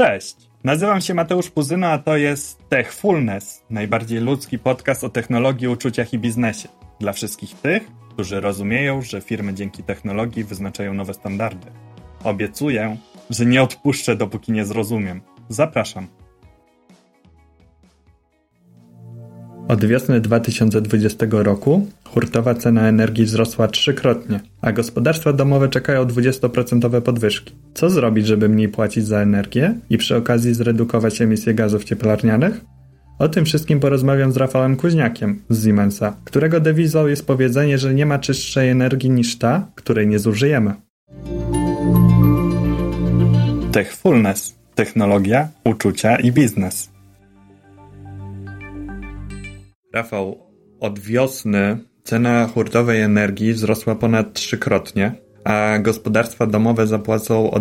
Cześć, nazywam się Mateusz Puzyno, a to jest Techfulness, najbardziej ludzki podcast o technologii, uczuciach i biznesie. Dla wszystkich tych, którzy rozumieją, że firmy dzięki technologii wyznaczają nowe standardy. Obiecuję, że nie odpuszczę, dopóki nie zrozumiem. Zapraszam. Od wiosny 2020 roku hurtowa cena energii wzrosła 3-krotnie, a gospodarstwa domowe czekają 20% podwyżki. Co zrobić, żeby mniej płacić za energię i przy okazji zredukować emisję gazów cieplarnianych? O tym wszystkim porozmawiam z Rafałem Kuźniakiem z Siemensa, którego dewizą jest powiedzenie, że nie ma czystszej energii niż ta, której nie zużyjemy. Techfulness. Technologia, uczucia i biznes. Rafał, od wiosny cena hurtowej energii wzrosła ponad 3-krotnie, a gospodarstwa domowe zapłacą o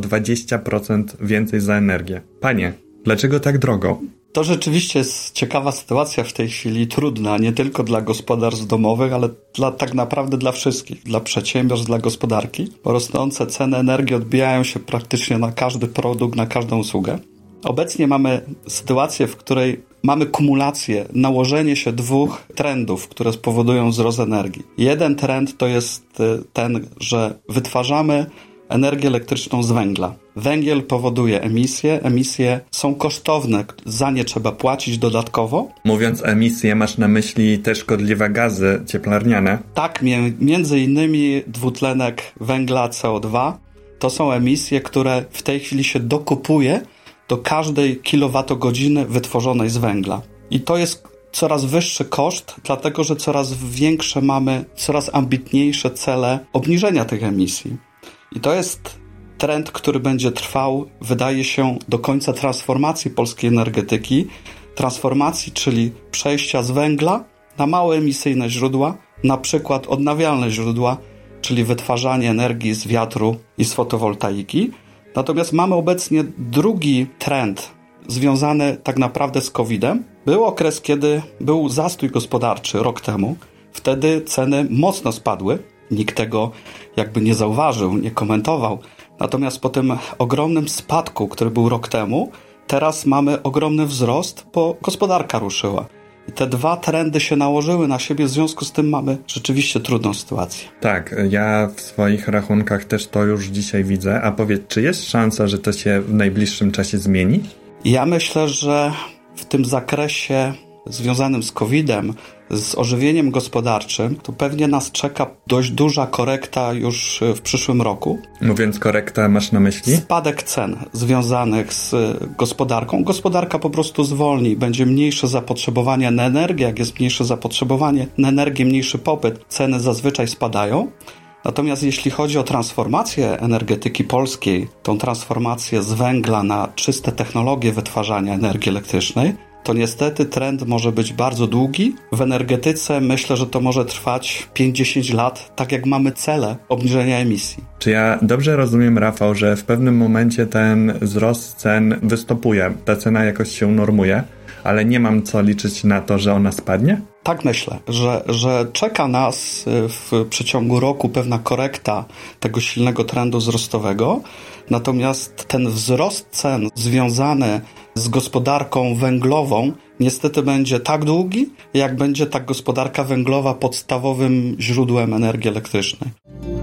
20% więcej za energię. Panie, dlaczego tak drogo? To rzeczywiście jest ciekawa sytuacja w tej chwili, trudna, nie tylko dla gospodarstw domowych, ale tak naprawdę dla wszystkich, dla przedsiębiorstw, dla gospodarki. Bo rosnące ceny energii odbijają się praktycznie na każdy produkt, na każdą usługę. Obecnie mamy sytuację, w której mamy kumulację, nałożenie się dwóch trendów, które spowodują wzrost energii. Jeden trend to jest ten, że wytwarzamy energię elektryczną z węgla. Węgiel powoduje emisje są kosztowne, za nie trzeba płacić dodatkowo. Mówiąc emisje, masz na myśli te szkodliwe gazy cieplarniane? Tak, między innymi dwutlenek węgla, CO2. To są emisje, które w tej chwili się dokupuje do każdej kilowatogodziny wytworzonej z węgla. I to jest coraz wyższy koszt, dlatego że coraz większe mamy, coraz ambitniejsze cele obniżenia tych emisji. I to jest trend, który będzie trwał, wydaje się, do końca transformacji polskiej energetyki. Transformacji, czyli przejścia z węgla na małe emisyjne źródła, na przykład odnawialne źródła, czyli wytwarzanie energii z wiatru i z fotowoltaiki. Natomiast mamy obecnie drugi trend związany tak naprawdę z COVID-em. Był okres, kiedy był zastój gospodarczy rok temu. Wtedy ceny mocno spadły. Nikt tego jakby nie zauważył, nie komentował. Natomiast po tym ogromnym spadku, który był rok temu, teraz mamy ogromny wzrost, bo gospodarka ruszyła. I te dwa trendy się nałożyły na siebie, w związku z tym mamy rzeczywiście trudną sytuację. Tak, ja w swoich rachunkach też to już dzisiaj widzę. A powiedz, czy jest szansa, że to się w najbliższym czasie zmieni? Ja myślę, że w tym zakresie związanym z COVID-em, z ożywieniem gospodarczym, to pewnie nas czeka dość duża korekta już w przyszłym roku. Mówiąc korekta, masz na myśli? Spadek cen związanych z gospodarką. Gospodarka po prostu zwolni. Będzie mniejsze zapotrzebowanie na energię. Jak jest mniejsze zapotrzebowanie na energię, mniejszy popyt, ceny zazwyczaj spadają. Natomiast jeśli chodzi o transformację energetyki polskiej, tą transformację z węgla na czyste technologie wytwarzania energii elektrycznej, to niestety trend może być bardzo długi. W energetyce myślę, że to może trwać 5-10 lat, tak jak mamy cele obniżenia emisji. Czy ja dobrze rozumiem, Rafał, że w pewnym momencie ten wzrost cen wystopuje, ta cena jakoś się normuje, ale nie mam co liczyć na to, że ona spadnie? Tak myślę, że czeka nas w przeciągu roku pewna korekta tego silnego trendu wzrostowego, natomiast ten wzrost cen związany z gospodarką węglową niestety będzie tak długi, jak będzie ta gospodarka węglowa podstawowym źródłem energii elektrycznej.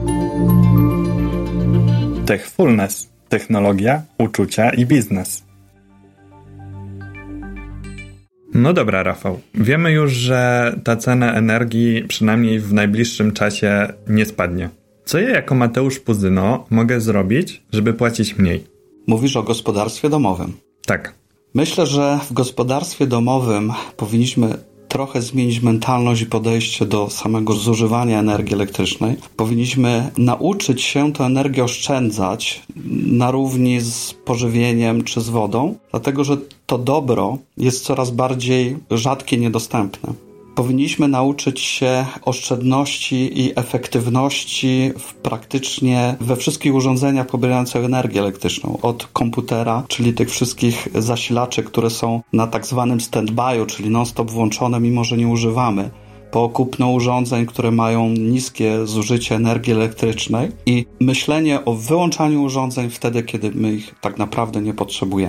Techfulness. Technologia, uczucia i biznes. No dobra, Rafał. Wiemy już, że ta cena energii przynajmniej w najbliższym czasie nie spadnie. Co ja jako Mateusz Puzyno mogę zrobić, żeby płacić mniej? Mówisz o gospodarstwie domowym. Tak. Myślę, że w gospodarstwie domowym powinniśmy trochę zmienić mentalność i podejście do samego zużywania energii elektrycznej. Powinniśmy nauczyć się tę energię oszczędzać na równi z pożywieniem czy z wodą, dlatego że to dobro jest coraz bardziej rzadkie, niedostępne. Powinniśmy nauczyć się oszczędności i efektywności praktycznie we wszystkich urządzeniach pobierających energię elektryczną. Od komputera, czyli tych wszystkich zasilaczy, które są na tak zwanym stand-by'u, czyli non-stop włączone, mimo że nie używamy, po kupno urządzeń, które mają niskie zużycie energii elektrycznej i myślenie o wyłączaniu urządzeń wtedy, kiedy my ich tak naprawdę nie potrzebujemy.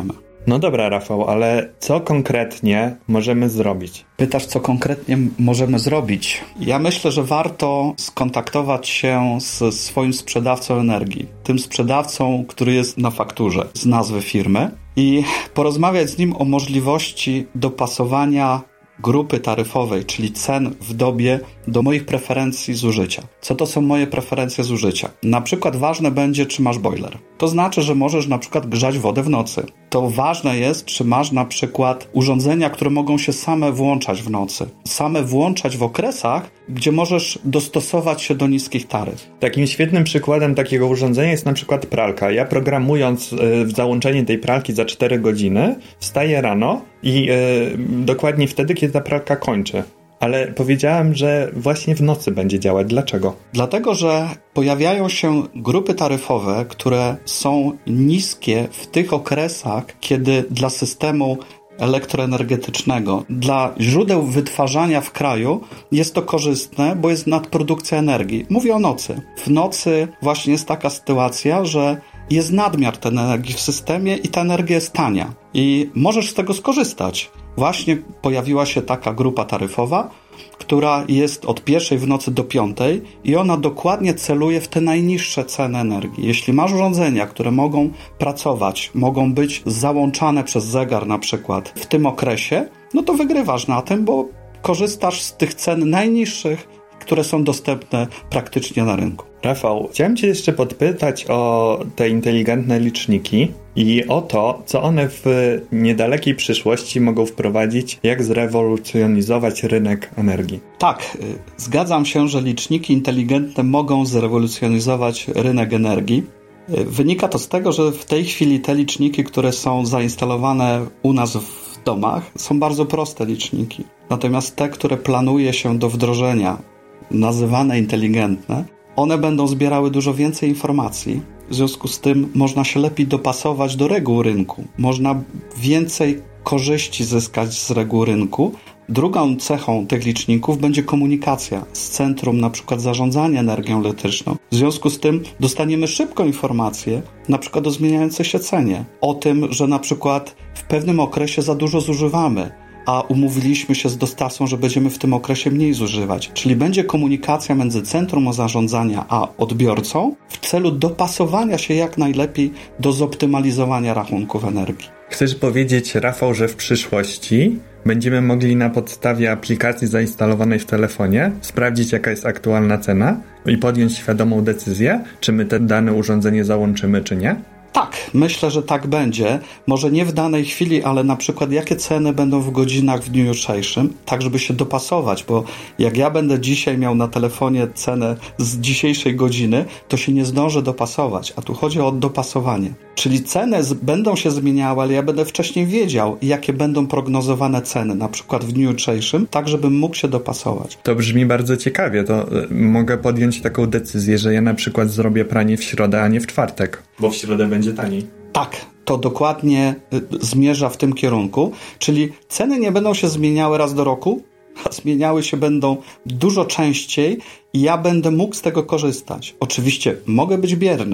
No dobra, Rafał, ale co konkretnie możemy zrobić? Pytasz, co konkretnie możemy zrobić? Ja myślę, że warto skontaktować się z swoim sprzedawcą energii. Tym sprzedawcą, który jest na fakturze z nazwy firmy i porozmawiać z nim o możliwości dopasowania grupy taryfowej, czyli cen w dobie do moich preferencji zużycia. Co to są moje preferencje zużycia? Na przykład ważne będzie, czy masz boiler. To znaczy, że możesz na przykład grzać wodę w nocy. To ważne jest, czy masz na przykład urządzenia, które mogą się same włączać w nocy. Same włączać w okresach, gdzie możesz dostosować się do niskich taryf. Takim świetnym przykładem takiego urządzenia jest na przykład pralka. Ja programując załączenie tej pralki za 4 godziny, wstaję rano i dokładnie wtedy, kiedy ta pralka kończy. Ale powiedziałem, że właśnie w nocy będzie działać. Dlaczego? Dlatego, że pojawiają się grupy taryfowe, które są niskie w tych okresach, kiedy dla systemu elektroenergetycznego, dla źródeł wytwarzania w kraju jest to korzystne, bo jest nadprodukcja energii. Mówię o nocy. W nocy właśnie jest taka sytuacja, że jest nadmiar tej energii w systemie i ta energia jest tania. I możesz z tego skorzystać. Właśnie pojawiła się taka grupa taryfowa, która jest od 1 w nocy do 5 i ona dokładnie celuje w te najniższe ceny energii. Jeśli masz urządzenia, które mogą pracować, mogą być załączane przez zegar na przykład w tym okresie, no to wygrywasz na tym, bo korzystasz z tych cen najniższych, które są dostępne praktycznie na rynku. Rafał, chciałem Cię jeszcze podpytać o te inteligentne liczniki i o to, co one w niedalekiej przyszłości mogą wprowadzić, jak zrewolucjonizować rynek energii. Tak, zgadzam się, że liczniki inteligentne mogą zrewolucjonizować rynek energii. Wynika to z tego, że w tej chwili te liczniki, które są zainstalowane u nas w domach, są bardzo proste liczniki. Natomiast te, które planuje się do wdrożenia, nazywane inteligentne, one będą zbierały dużo więcej informacji. W związku z tym można się lepiej dopasować do reguł rynku. Można więcej korzyści zyskać z reguł rynku. Drugą cechą tych liczników będzie komunikacja z centrum na przykład zarządzania energią elektryczną. W związku z tym dostaniemy szybką informację, na przykład o zmieniającej się cenie. O tym, że na przykład w pewnym okresie za dużo zużywamy, a umówiliśmy się z dostawcą, że będziemy w tym okresie mniej zużywać. Czyli będzie komunikacja między centrum zarządzania a odbiorcą w celu dopasowania się jak najlepiej do zoptymalizowania rachunków energii. Chcesz powiedzieć, Rafał, że w przyszłości będziemy mogli na podstawie aplikacji zainstalowanej w telefonie sprawdzić, jaka jest aktualna cena i podjąć świadomą decyzję, czy my te dane urządzenie załączymy, czy nie? Tak, myślę, że tak będzie. Może nie w danej chwili, ale na przykład jakie ceny będą w godzinach w dniu jutrzejszym, tak żeby się dopasować, bo jak ja będę dzisiaj miał na telefonie cenę z dzisiejszej godziny, to się nie zdążę dopasować, a tu chodzi o dopasowanie. Czyli ceny będą się zmieniały, ale ja będę wcześniej wiedział, jakie będą prognozowane ceny, na przykład w dniu jutrzejszym, tak żebym mógł się dopasować. To brzmi bardzo ciekawie, to mogę podjąć taką decyzję, że ja na przykład zrobię pranie w środę, a nie w czwartek, bo w środę będzie taniej. Tak, to dokładnie zmierza w tym kierunku, czyli ceny nie będą się zmieniały raz do roku, a zmieniały się będą dużo częściej i ja będę mógł z tego korzystać. Oczywiście mogę być bierny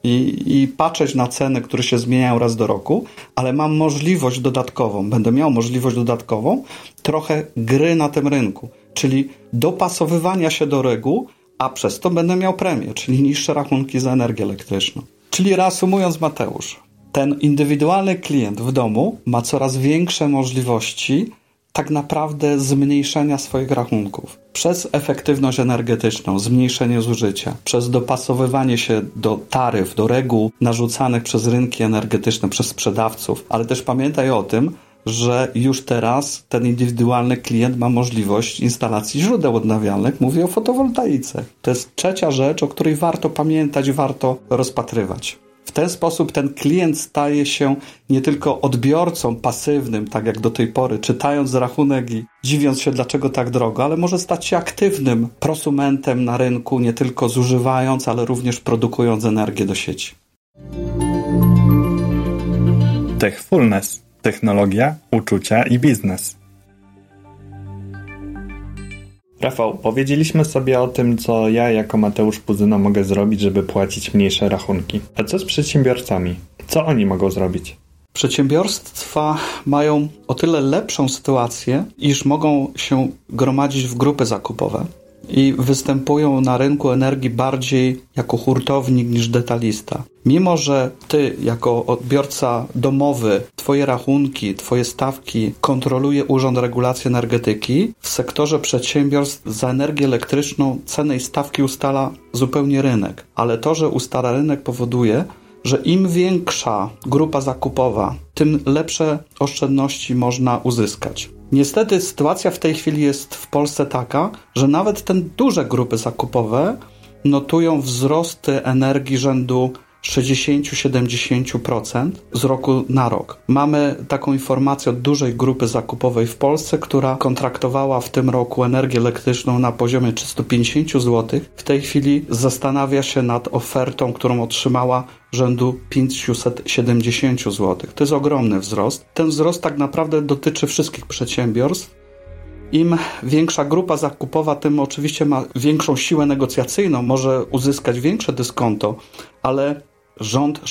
i patrzeć na ceny, które się zmieniają raz do roku, ale mam możliwość dodatkową, będę miał możliwość dodatkową trochę gry na tym rynku, czyli dopasowywania się do reguł, a przez to będę miał premię, czyli niższe rachunki za energię elektryczną. Czyli reasumując, Mateusz, ten indywidualny klient w domu ma coraz większe możliwości tak naprawdę zmniejszenia swoich rachunków. Przez efektywność energetyczną, zmniejszenie zużycia, przez dopasowywanie się do taryf, do reguł narzucanych przez rynki energetyczne, przez sprzedawców. Ale też pamiętaj o tym, że już teraz ten indywidualny klient ma możliwość instalacji źródeł odnawialnych. Mówię o fotowoltaice. To jest trzecia rzecz, o której warto pamiętać, warto rozpatrywać. W ten sposób ten klient staje się nie tylko odbiorcą pasywnym, tak jak do tej pory, czytając rachunek i dziwiąc się, dlaczego tak drogo, ale może stać się aktywnym prosumentem na rynku, nie tylko zużywając, ale również produkując energię do sieci. Techfulness. Technologia, uczucia i biznes. Rafał, powiedzieliśmy sobie o tym, co ja jako Mateusz Puzyna mogę zrobić, żeby płacić mniejsze rachunki. A co z przedsiębiorcami? Co oni mogą zrobić? Przedsiębiorstwa mają o tyle lepszą sytuację, iż mogą się gromadzić w grupy zakupowe i występują na rynku energii bardziej jako hurtownik niż detalista. Mimo że ty jako odbiorca domowy, twoje rachunki, twoje stawki kontroluje Urząd Regulacji Energetyki, w sektorze przedsiębiorstw za energię elektryczną cenę i stawki ustala zupełnie rynek. Ale to, że ustala rynek, powoduje, że im większa grupa zakupowa, tym lepsze oszczędności można uzyskać. Niestety sytuacja w tej chwili jest w Polsce taka, że nawet te duże grupy zakupowe notują wzrosty energii rzędu 60-70% z roku na rok. Mamy taką informację od dużej grupy zakupowej w Polsce, która kontraktowała w tym roku energię elektryczną na poziomie 350 zł. W tej chwili zastanawia się nad ofertą, którą otrzymała rzędu 570 zł. To jest ogromny wzrost. Ten wzrost tak naprawdę dotyczy wszystkich przedsiębiorstw. Im większa grupa zakupowa, tym oczywiście ma większą siłę negocjacyjną, może uzyskać większe dyskonto, ale rząd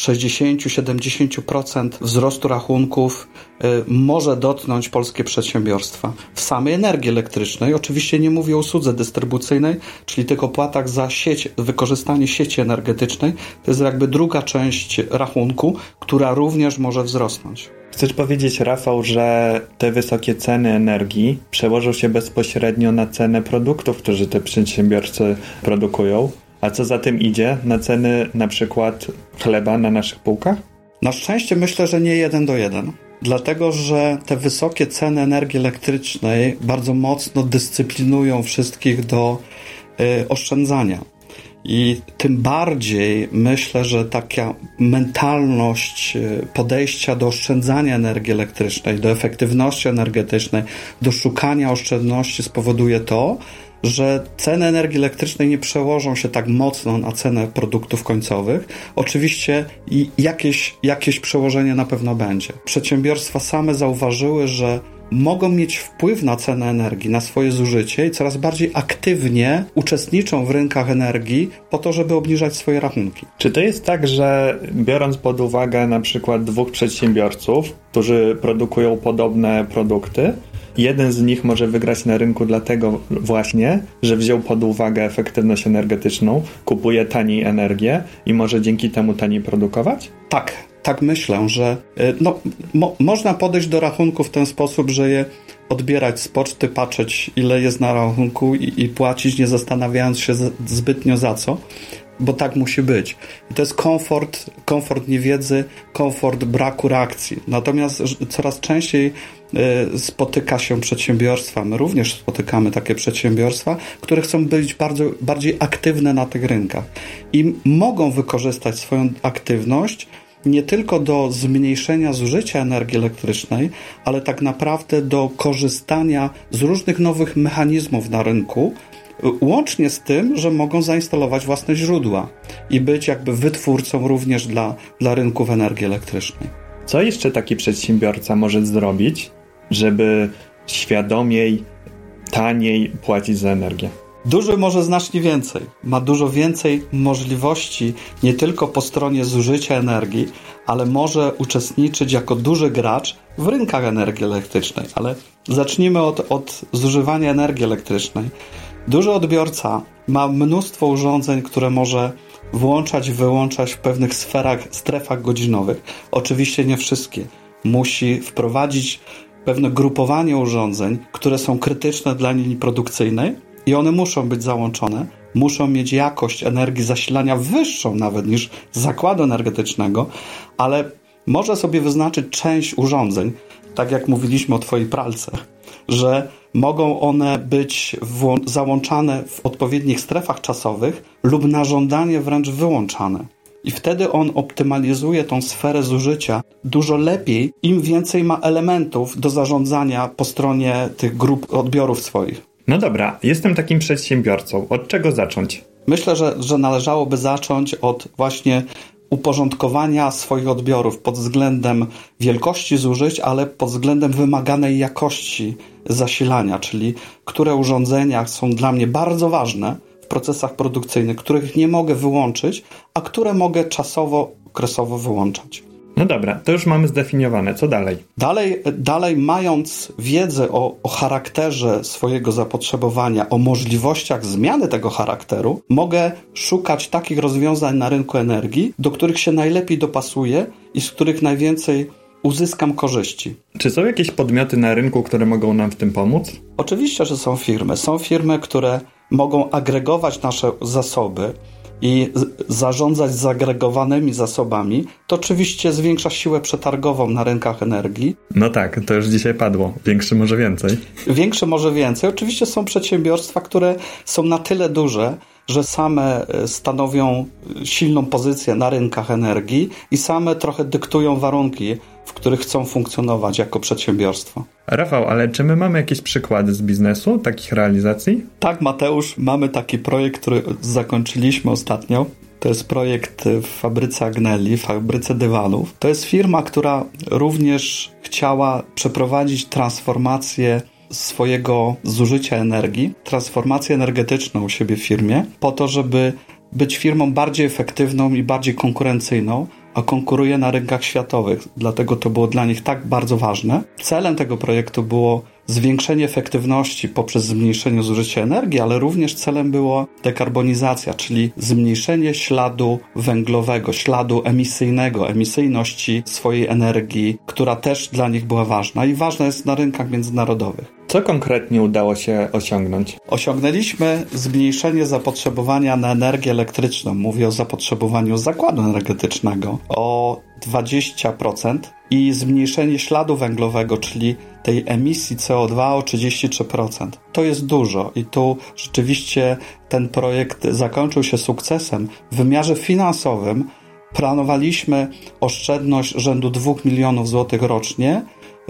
60-70% wzrostu rachunków może dotknąć polskie przedsiębiorstwa. W samej energii elektrycznej, oczywiście nie mówię o usłudze dystrybucyjnej, czyli tych opłatach za sieć, wykorzystanie sieci energetycznej, to jest jakby druga część rachunku, która również może wzrosnąć. Chcesz powiedzieć, Rafał, że te wysokie ceny energii przełożą się bezpośrednio na cenę produktów, które te przedsiębiorcy produkują? A co za tym idzie? Na ceny na przykład chleba na naszych półkach? Na szczęście myślę, że nie 1:1. Dlatego, że te wysokie ceny energii elektrycznej bardzo mocno dyscyplinują wszystkich do oszczędzania. I tym bardziej myślę, że taka mentalność podejścia do oszczędzania energii elektrycznej, do efektywności energetycznej, do szukania oszczędności spowoduje to, że ceny energii elektrycznej nie przełożą się tak mocno na cenę produktów końcowych. Oczywiście jakieś przełożenie na pewno będzie. Przedsiębiorstwa same zauważyły, że mogą mieć wpływ na cenę energii, na swoje zużycie i coraz bardziej aktywnie uczestniczą w rynkach energii po to, żeby obniżać swoje rachunki. Czy to jest tak, że biorąc pod uwagę na przykład dwóch przedsiębiorców, którzy produkują podobne produkty, jeden z nich może wygrać na rynku dlatego właśnie, że wziął pod uwagę efektywność energetyczną, kupuje taniej energię i może dzięki temu taniej produkować? Tak myślę, że można podejść do rachunku w ten sposób, że je odbierać z poczty, patrzeć ile jest na rachunku i płacić, nie zastanawiając się zbytnio za co, bo tak musi być. I to jest komfort niewiedzy, komfort braku reakcji. Natomiast coraz częściej spotyka się przedsiębiorstwa, my również spotykamy takie przedsiębiorstwa, które chcą być bardziej aktywne na tych rynkach i mogą wykorzystać swoją aktywność nie tylko do zmniejszenia zużycia energii elektrycznej, ale tak naprawdę do korzystania z różnych nowych mechanizmów na rynku, łącznie z tym, że mogą zainstalować własne źródła i być jakby wytwórcą również dla rynków energii elektrycznej. Co jeszcze taki przedsiębiorca może zrobić, żeby świadomiej, taniej płacić za energię? Duży może znacznie więcej. Ma dużo więcej możliwości nie tylko po stronie zużycia energii, ale może uczestniczyć jako duży gracz w rynkach energii elektrycznej. Ale zacznijmy od zużywania energii elektrycznej. Duży odbiorca ma mnóstwo urządzeń, które może włączać, wyłączać w pewnych strefach godzinowych. Oczywiście nie wszystkie. Musi wprowadzić pewne grupowanie urządzeń, które są krytyczne dla linii produkcyjnej i one muszą być załączone, muszą mieć jakość energii zasilania wyższą nawet niż z zakładu energetycznego, ale może sobie wyznaczyć część urządzeń, tak jak mówiliśmy o twojej pralce, że mogą one być załączane w odpowiednich strefach czasowych lub na żądanie wręcz wyłączane. I wtedy on optymalizuje tą sferę zużycia dużo lepiej, im więcej ma elementów do zarządzania po stronie tych grup odbiorów swoich. No dobra, jestem takim przedsiębiorcą. Od czego zacząć? Myślę, że należałoby zacząć od właśnie uporządkowania swoich odbiorów pod względem wielkości zużyć, ale pod względem wymaganej jakości zasilania, czyli które urządzenia są dla mnie bardzo ważne w procesach produkcyjnych, których nie mogę wyłączyć, a które mogę czasowo, okresowo wyłączać. No dobra, to już mamy zdefiniowane. Co dalej? Dalej mając wiedzę o charakterze swojego zapotrzebowania, o możliwościach zmiany tego charakteru, mogę szukać takich rozwiązań na rynku energii, do których się najlepiej dopasuję i z których najwięcej uzyskam korzyści. Czy są jakieś podmioty na rynku, które mogą nam w tym pomóc? Oczywiście, że są firmy. Są firmy, które mogą agregować nasze zasoby i zarządzać zagregowanymi zasobami. To oczywiście zwiększa siłę przetargową na rynkach energii. No tak, to już dzisiaj padło. Większy może więcej. Większe może więcej. Oczywiście są przedsiębiorstwa, które są na tyle duże, że same stanowią silną pozycję na rynkach energii i same trochę dyktują warunki, w których chcą funkcjonować jako przedsiębiorstwo. Rafał, ale czy my mamy jakieś przykłady z biznesu, takich realizacji? Tak, Mateusz, mamy taki projekt, który zakończyliśmy ostatnio. To jest projekt w fabryce Agnelli, w fabryce dywanów. To jest firma, która również chciała przeprowadzić transformację swojego zużycia energii, transformację energetyczną u siebie w firmie, po to, żeby być firmą bardziej efektywną i bardziej konkurencyjną, a konkuruje na rynkach światowych. Dlatego to było dla nich tak bardzo ważne. Celem tego projektu było zwiększenie efektywności poprzez zmniejszenie zużycia energii, ale również celem było dekarbonizacja, czyli zmniejszenie śladu węglowego, śladu emisyjnego, emisyjności swojej energii, która też dla nich była ważna i ważna jest na rynkach międzynarodowych. Co konkretnie udało się osiągnąć? Osiągnęliśmy zmniejszenie zapotrzebowania na energię elektryczną. Mówię o zapotrzebowaniu zakładu energetycznego o 20% i zmniejszenie śladu węglowego, czyli tej emisji CO2 o 33%. To jest dużo i tu rzeczywiście ten projekt zakończył się sukcesem. W wymiarze finansowym planowaliśmy oszczędność rzędu 2 milionów złotych rocznie.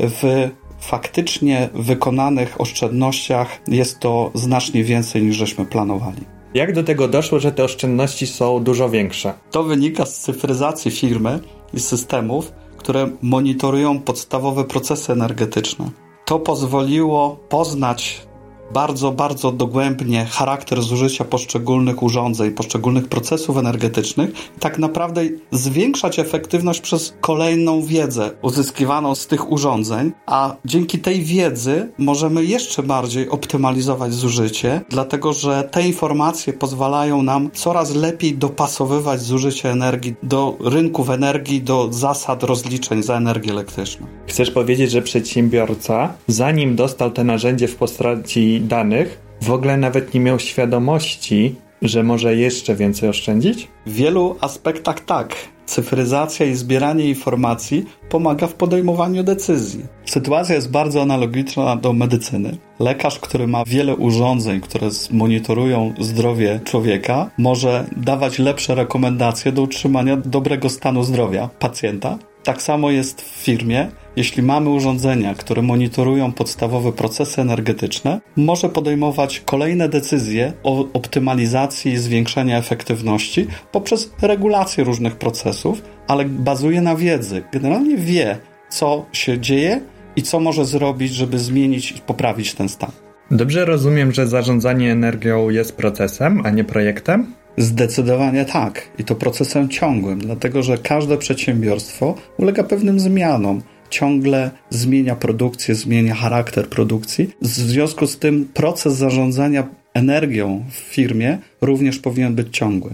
W faktycznie wykonanych oszczędnościach jest to znacznie więcej niż żeśmy planowali. Jak do tego doszło, że te oszczędności są dużo większe? To wynika z cyfryzacji firmy i systemów, które monitorują podstawowe procesy energetyczne. To pozwoliło poznać bardzo, bardzo dogłębnie charakter zużycia poszczególnych urządzeń, poszczególnych procesów energetycznych i tak naprawdę zwiększać efektywność przez kolejną wiedzę uzyskiwaną z tych urządzeń, a dzięki tej wiedzy możemy jeszcze bardziej optymalizować zużycie, dlatego że te informacje pozwalają nam coraz lepiej dopasowywać zużycie energii do rynków energii, do zasad rozliczeń za energię elektryczną. Chcesz powiedzieć, że przedsiębiorca, zanim dostał te narzędzie w postaci danych, w ogóle nawet nie miał świadomości, że może jeszcze więcej oszczędzić? W wielu aspektach tak. Cyfryzacja i zbieranie informacji pomaga w podejmowaniu decyzji. Sytuacja jest bardzo analogiczna do medycyny. Lekarz, który ma wiele urządzeń, które monitorują zdrowie człowieka, może dawać lepsze rekomendacje do utrzymania dobrego stanu zdrowia pacjenta. Tak samo jest w firmie. Jeśli mamy urządzenia, które monitorują podstawowe procesy energetyczne, może podejmować kolejne decyzje o optymalizacji i zwiększeniu efektywności poprzez regulację różnych procesów, ale bazuje na wiedzy. Generalnie wie, co się dzieje i co może zrobić, żeby zmienić i poprawić ten stan. Dobrze rozumiem, że zarządzanie energią jest procesem, a nie projektem? Zdecydowanie tak. I to procesem ciągłym, dlatego że każde przedsiębiorstwo ulega pewnym zmianom. Ciągle zmienia produkcję, zmienia charakter produkcji. W związku z tym proces zarządzania energią w firmie również powinien być ciągły.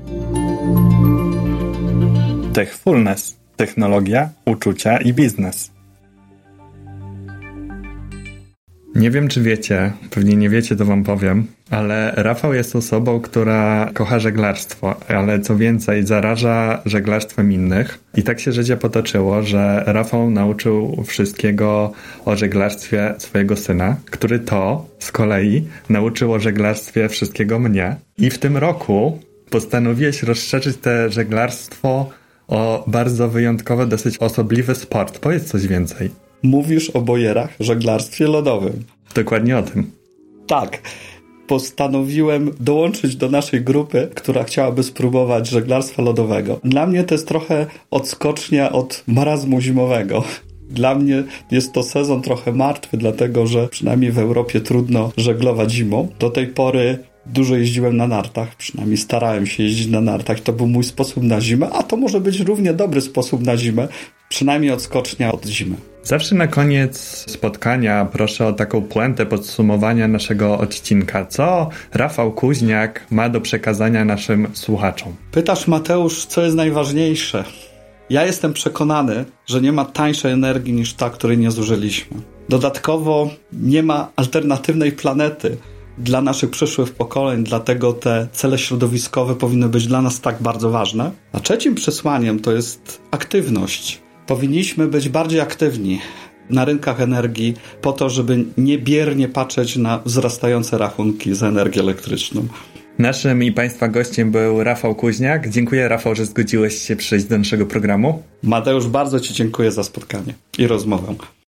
Techfulness. Technologia, uczucia i biznes. Nie wiem, czy wiecie, pewnie nie wiecie, to wam powiem, ale Rafał jest osobą, która kocha żeglarstwo, ale co więcej, zaraża żeglarstwem innych. I tak się życie potoczyło, że Rafał nauczył wszystkiego o żeglarstwie swojego syna, który to z kolei nauczył o żeglarstwie wszystkiego mnie. I w tym roku postanowiłeś rozszerzyć te żeglarstwo o bardzo wyjątkowy, dosyć osobliwy sport. Powiedz coś więcej. Mówisz o bojerach, żeglarstwie lodowym. Dokładnie o tym. Tak. Postanowiłem dołączyć do naszej grupy, która chciałaby spróbować żeglarstwa lodowego. Dla mnie to jest trochę odskocznia od marazmu zimowego. Dla mnie jest to sezon trochę martwy, dlatego że przynajmniej w Europie trudno żeglować zimą. Do tej pory dużo jeździłem na nartach, przynajmniej starałem się jeździć na nartach. To był mój sposób na zimę, a to może być równie dobry sposób na zimę, przynajmniej odskocznia od zimy. Zawsze na koniec spotkania proszę o taką puentę podsumowania naszego odcinka. Co Rafał Kuźniak ma do przekazania naszym słuchaczom? Pytasz, Mateusz, co jest najważniejsze? Ja jestem przekonany, że nie ma tańszej energii niż ta, której nie zużyliśmy. Dodatkowo nie ma alternatywnej planety dla naszych przyszłych pokoleń, dlatego te cele środowiskowe powinny być dla nas tak bardzo ważne. A trzecim przesłaniem to jest aktywność. Powinniśmy być bardziej aktywni na rynkach energii po to, żeby niebiernie patrzeć na wzrastające rachunki za energię elektryczną. Naszym i Państwa gościem był Rafał Kuźniak. Dziękuję, Rafał, że zgodziłeś się przyjść do naszego programu. Mateusz, bardzo Ci dziękuję za spotkanie i rozmowę.